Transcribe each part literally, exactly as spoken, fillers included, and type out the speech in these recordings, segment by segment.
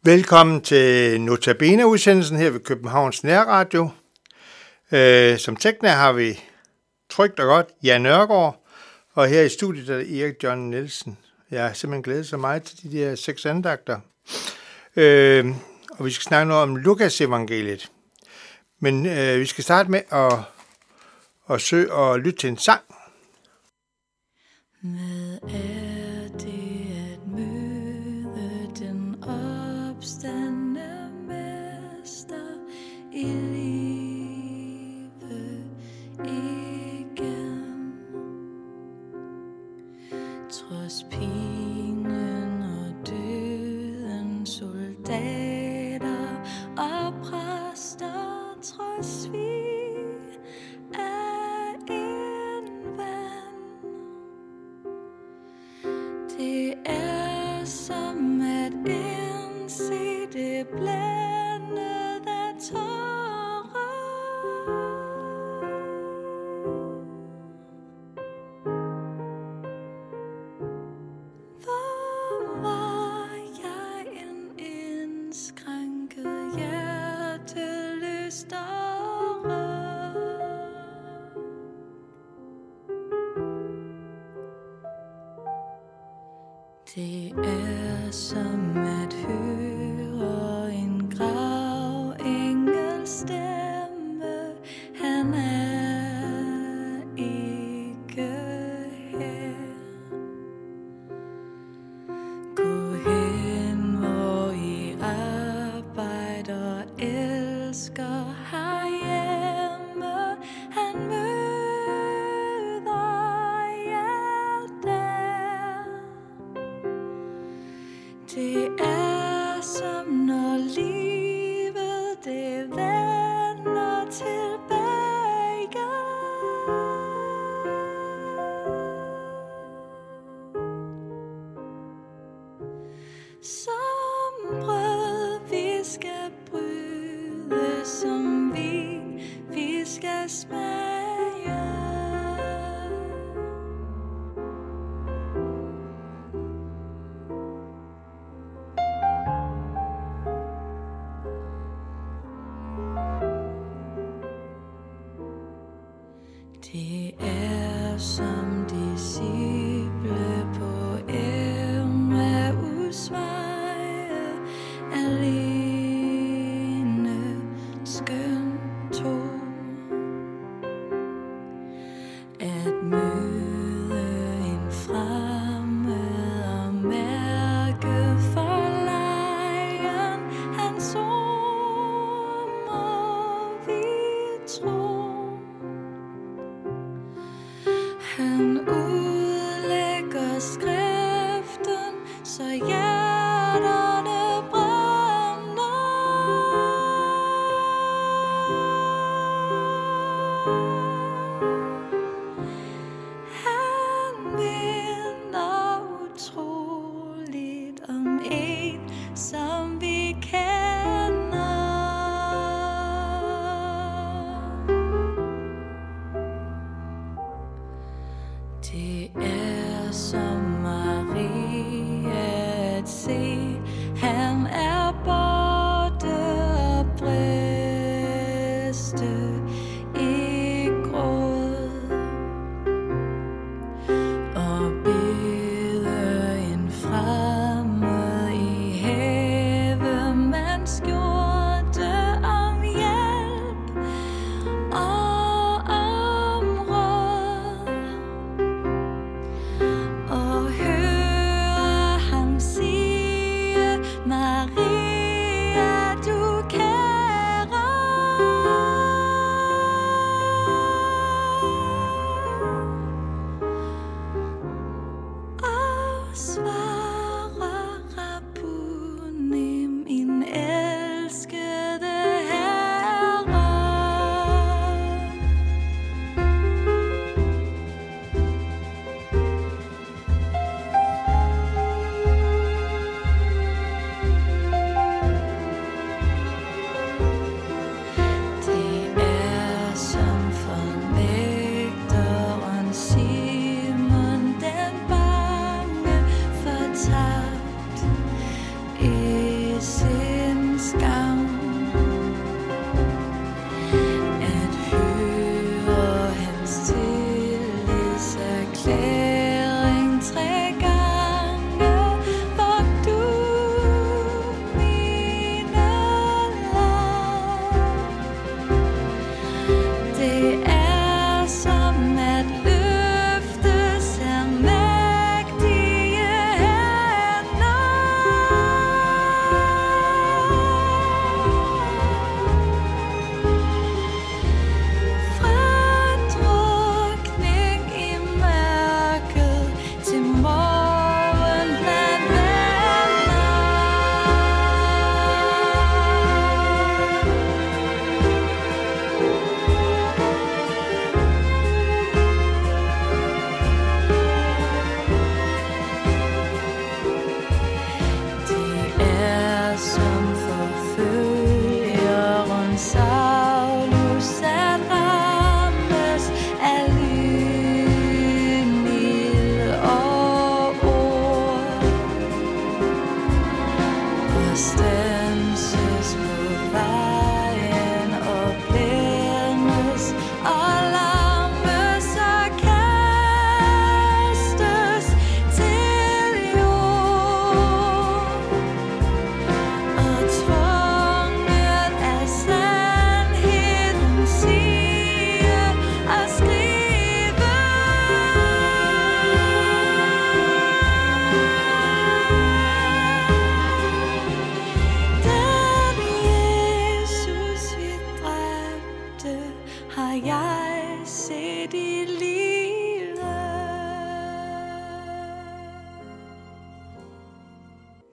Velkommen til Notabene-udsendelsen her ved Københavns Nærradio. Øh, som tekniker har vi trygt og godt Jan Nørgaard, og her i studiet er Erik John Nielsen. Jeg har simpelthen glædet så meget til de der seks andagter. Øh, og vi skal snakke noget om Lukas evangeliet. Men øh, vi skal starte med at, at søge og lytte til en sang. Hvad er det at møde den opstandne mester i live igen? Trods pinen og døden, soldater og præster, trods svig af en ven. Det er som at indse det blændet af tårer. Hvor var jeg en indskrænket hjerteløs dåre? Det er som at høre en gravengels stemme. Han er ikke her. Gå hen, hvor I arbejder, elsker herhjemme. Han møder jer der. Det er som når livet det vender tilbage. Som brød vi skal bryde, som vin vi skal smage. Det er som disciple på Emmausvej, alene skønt to, at møde en fremmed og mærke forlegen hans ord, må vi tro. Han udlægger skriften, så hjerterne brænder. Han minder utroligt om en, som vi kender. Det er som Maria at se, han er borte og briste i gråd, og bede en fremmed i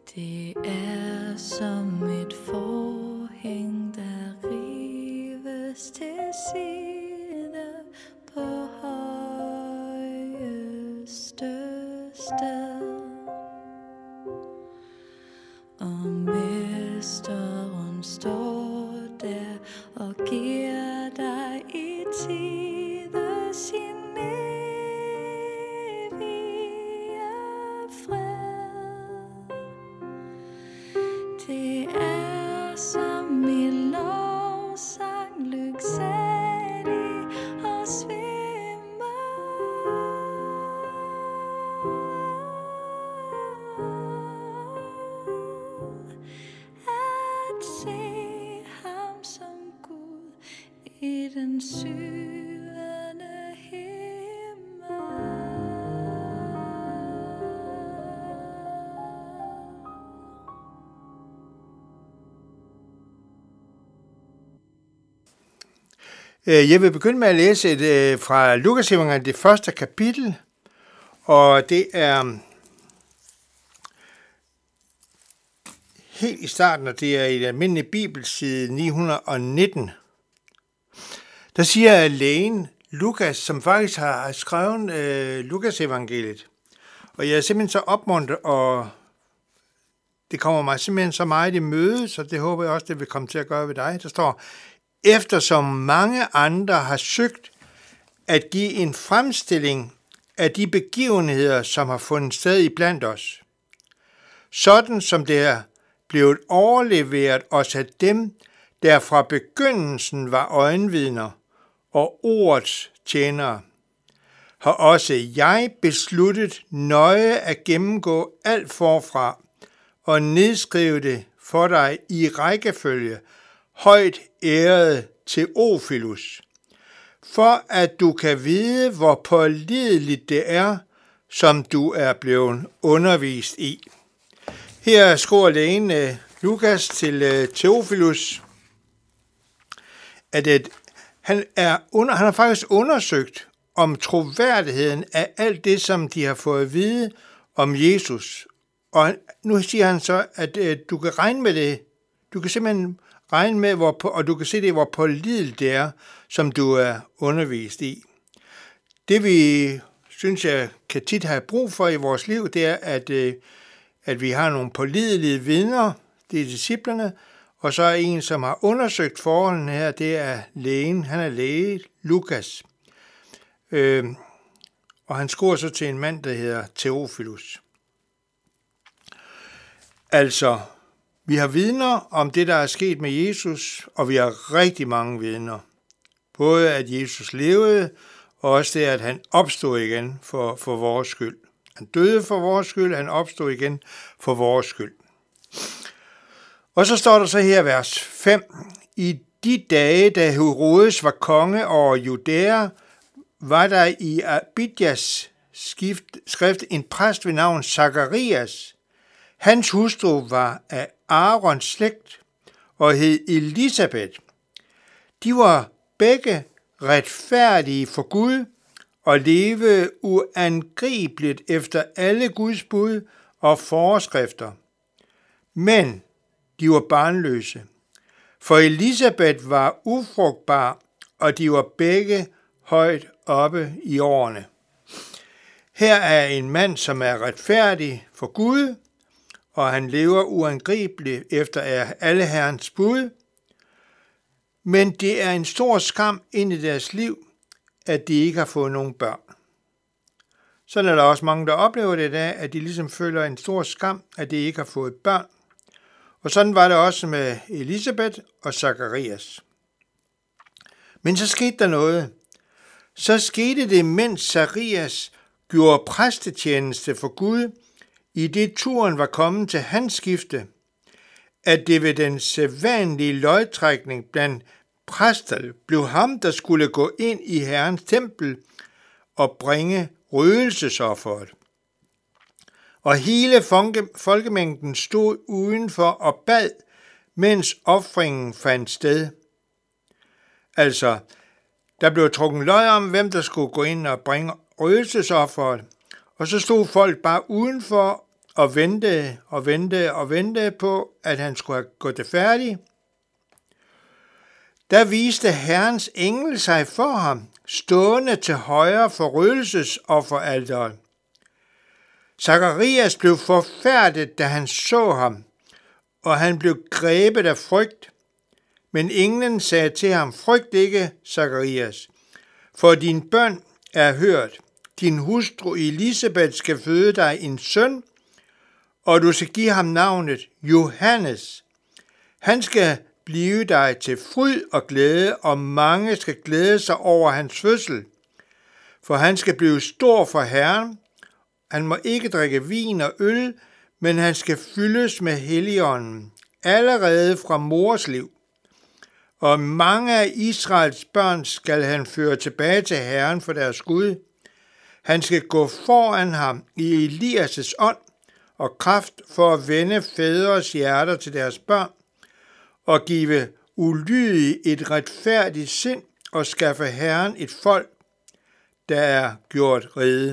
Det er som et forhæng, der rives til side på højeste sted. Og mesteren står der og giver dig i tide sin evige fred. Det er som i lovsang lyksalig og svimmer. At se ham som Gud i den syvende himmel. Jeg vil begynde med at læse et, fra Lukas evangeliet, det første kapitel, og det er helt i starten, og det er i den almindelige bibelside ni hundrede og nitten. Der siger lægen Lukas, som faktisk har skrevet øh, Lukas evangeliet, og jeg er simpelthen så opmuntret, og det kommer mig simpelthen så meget i møde, så det håber jeg også, det vil komme til at gøre ved dig. Der står: eftersom mange andre har søgt at give en fremstilling af de begivenheder, som har fundet sted iblandt os, sådan som det er blevet overleveret os af dem, der fra begyndelsen var øjenvidner og ordets tjenere, har også jeg besluttet nøje at gennemgå alt forfra og nedskrive det for dig i rækkefølge, højt ærede Theophilus, for at du kan vide, hvor pålideligt det er, som du er blevet undervist i. Her skriver lægen Lukas til Theophilus, at et, han, er under, han har faktisk undersøgt om troværdigheden af alt det, som de har fået at vide om Jesus. Og nu siger han så, at, at du kan regne med det. Du kan simpelthen regne med, hvor, og du kan se det, hvor pålideligt det er, som du er undervist i. Det vi synes, jeg kan tit have brug for i vores liv, det er, at, at vi har nogle pålidelige vidner, det er disciplerne, og så er en, som har undersøgt forholdene her, det er lægen. Han er læge, Lukas. Øh, og han skriver så til en mand, der hedder Theophilus. Altså, vi har vidner om det, der er sket med Jesus, og vi har rigtig mange vidner. Både at Jesus levede, og også det, at han opstod igen for, for vores skyld. Han døde for vores skyld, han opstod igen for vores skyld. Og så står der så her vers fem. I de dage, da Herodes var konge over Judæa, var der i Abidjas skrift en præst ved navn Zakarias. Hans hustru var af Aarons slægt og hed Elisabeth. De var begge retfærdige for Gud og levede uangribeligt efter alle Guds bud og forskrifter. Men de var barnløse, for Elisabeth var ufrugtbar, og de var begge højt oppe i årene. Her er en mand, som er retfærdig for Gud, og han lever uangribeligt efter alle Herrens bud. Men det er en stor skam ind i deres liv, at de ikke har fået nogen børn. Sådan er der også mange, der oplever det i dag, at de ligesom føler en stor skam, at de ikke har fået børn. Og sådan var det også med Elisabeth og Zakarias. Men så skete der noget. Så skete det, mens Zakarias gjorde præstetjeneste for Gud, i det turen var kommet til hans skifte, at det ved den sædvanlige lodtrækning blandt præster blev ham, der skulle gå ind i Herrens tempel og bringe røgelsesofferet. Og hele folkemængden stod udenfor og bad, mens ofringen fandt sted. Altså, der blev trukket lod om, hvem der skulle gå ind og bringe røgelsesofferet, og så stod folk bare udenfor og ventede og ventede og ventede på, at han skulle have gået det færdigt. Der viste Herrens engel sig for ham, stående til højre for røgelsesofferalteret. Zakarias blev forfærdet, da han så ham, og han blev grebet af frygt. Men englen sagde til ham, frygt ikke, Zakarias, for din bøn er hørt. Din hustru Elisabeth skal føde dig en søn, og du skal give ham navnet Johannes. Han skal blive dig til fryd og glæde, og mange skal glæde sig over hans fødsel. For han skal blive stor for Herren. Han må ikke drikke vin og øl, men han skal fyldes med Helligånden, allerede fra mors liv. Og mange af Israels børn skal han føre tilbage til Herren for deres Gud. Han skal gå foran ham i Elias' ånd og kraft for at vende fædres hjerter til deres børn, og give ulydige et retfærdigt sind og skaffe Herren et folk, der er gjort rede.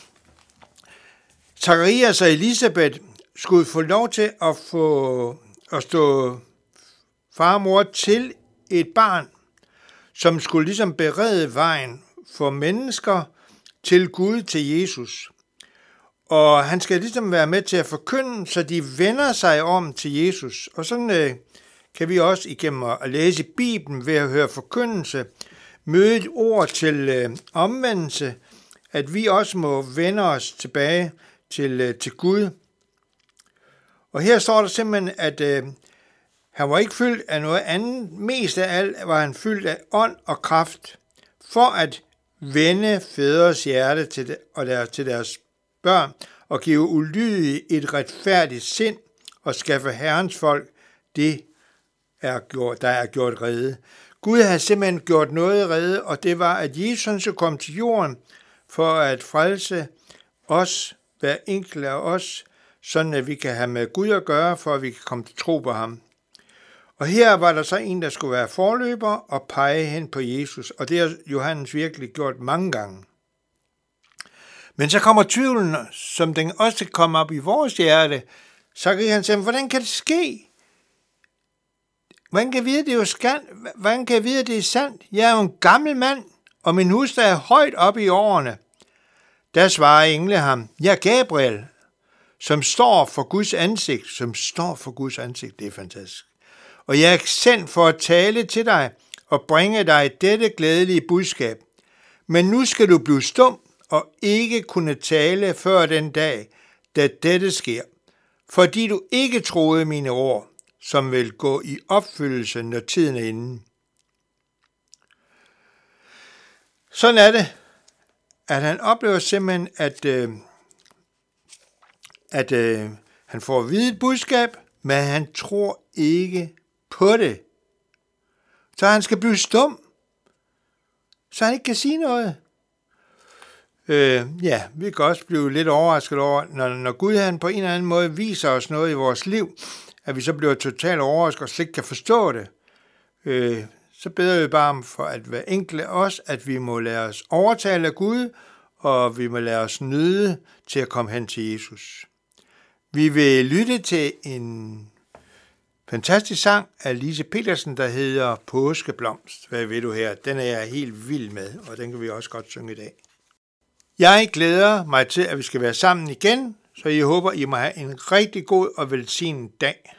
Zakarias og Elisabeth skulle få lov til at få at stå far og mor til et barn, som skulle ligesom berede vejen for mennesker til Gud, til Jesus. Og han skal ligesom være med til at forkynde, så de vender sig om til Jesus. Og sådan øh, kan vi også igennem at læse Bibelen ved at høre forkyndelse, møde et ord til øh, omvendelse, at vi også må vende os tilbage til, øh, til Gud. Og her står der simpelthen, at øh, han var ikke fyldt af noget andet. Mest af alt var han fyldt af ånd og kraft, for at vende fædres hjerte til, det, og der, til deres børn, og give ulydige et retfærdigt sind, og skaffe Herrens folk det, er gjort, der er gjort rede. Gud har simpelthen gjort noget rede, og det var, at Jesus skulle komme til jorden, for at frelse os, hver enkelt af os, sådan at vi kan have med Gud at gøre, for at vi kan komme til tro på ham. Og her var der så en, der skulle være forløber og pege hen på Jesus, og det har Johannes virkelig gjort mange gange. Men så kommer tvivlen, som den også kommer op i vores hjerte, så kan han sige, hvordan kan det ske? Hvordan kan jeg vide, det er jo skand? Hvordan kan jeg vide, det er sandt? Jeg er jo en gammel mand, og min hustru er højt oppe i årene. Der svarer engle ham, ja, Gabriel, som står for Guds ansigt, som står for Guds ansigt, det er fantastisk. Og jeg er sendt for at tale til dig og bringe dig dette glædelige budskab. Men nu skal du blive stum og ikke kunne tale før den dag, da dette sker, fordi du ikke troede mine ord, som vil gå i opfyldelse, når tiden er inde. Sådan er det, at han oplever simpelthen, at, øh, at øh, han får at vide et budskab, men han tror ikke på det. Så han skal blive stum, så han ikke kan sige noget. Øh, ja, vi kan også blive lidt overrasket over, når, når Gud han på en eller anden måde viser os noget i vores liv, at vi så bliver totalt overrasket og slet ikke kan forstå det. Øh, så beder vi bare om for at være enkle os, at vi må lade os overtale af Gud, og vi må lade os nyde til at komme hen til Jesus. Vi vil lytte til en fantastisk sang af Lise Petersen, der hedder Påskeblomst. Hvad ved du her? Den er jeg helt vild med, og den kan vi også godt synge i dag. Jeg glæder mig til, at vi skal være sammen igen, så jeg håber, I må have en rigtig god og velsignet dag.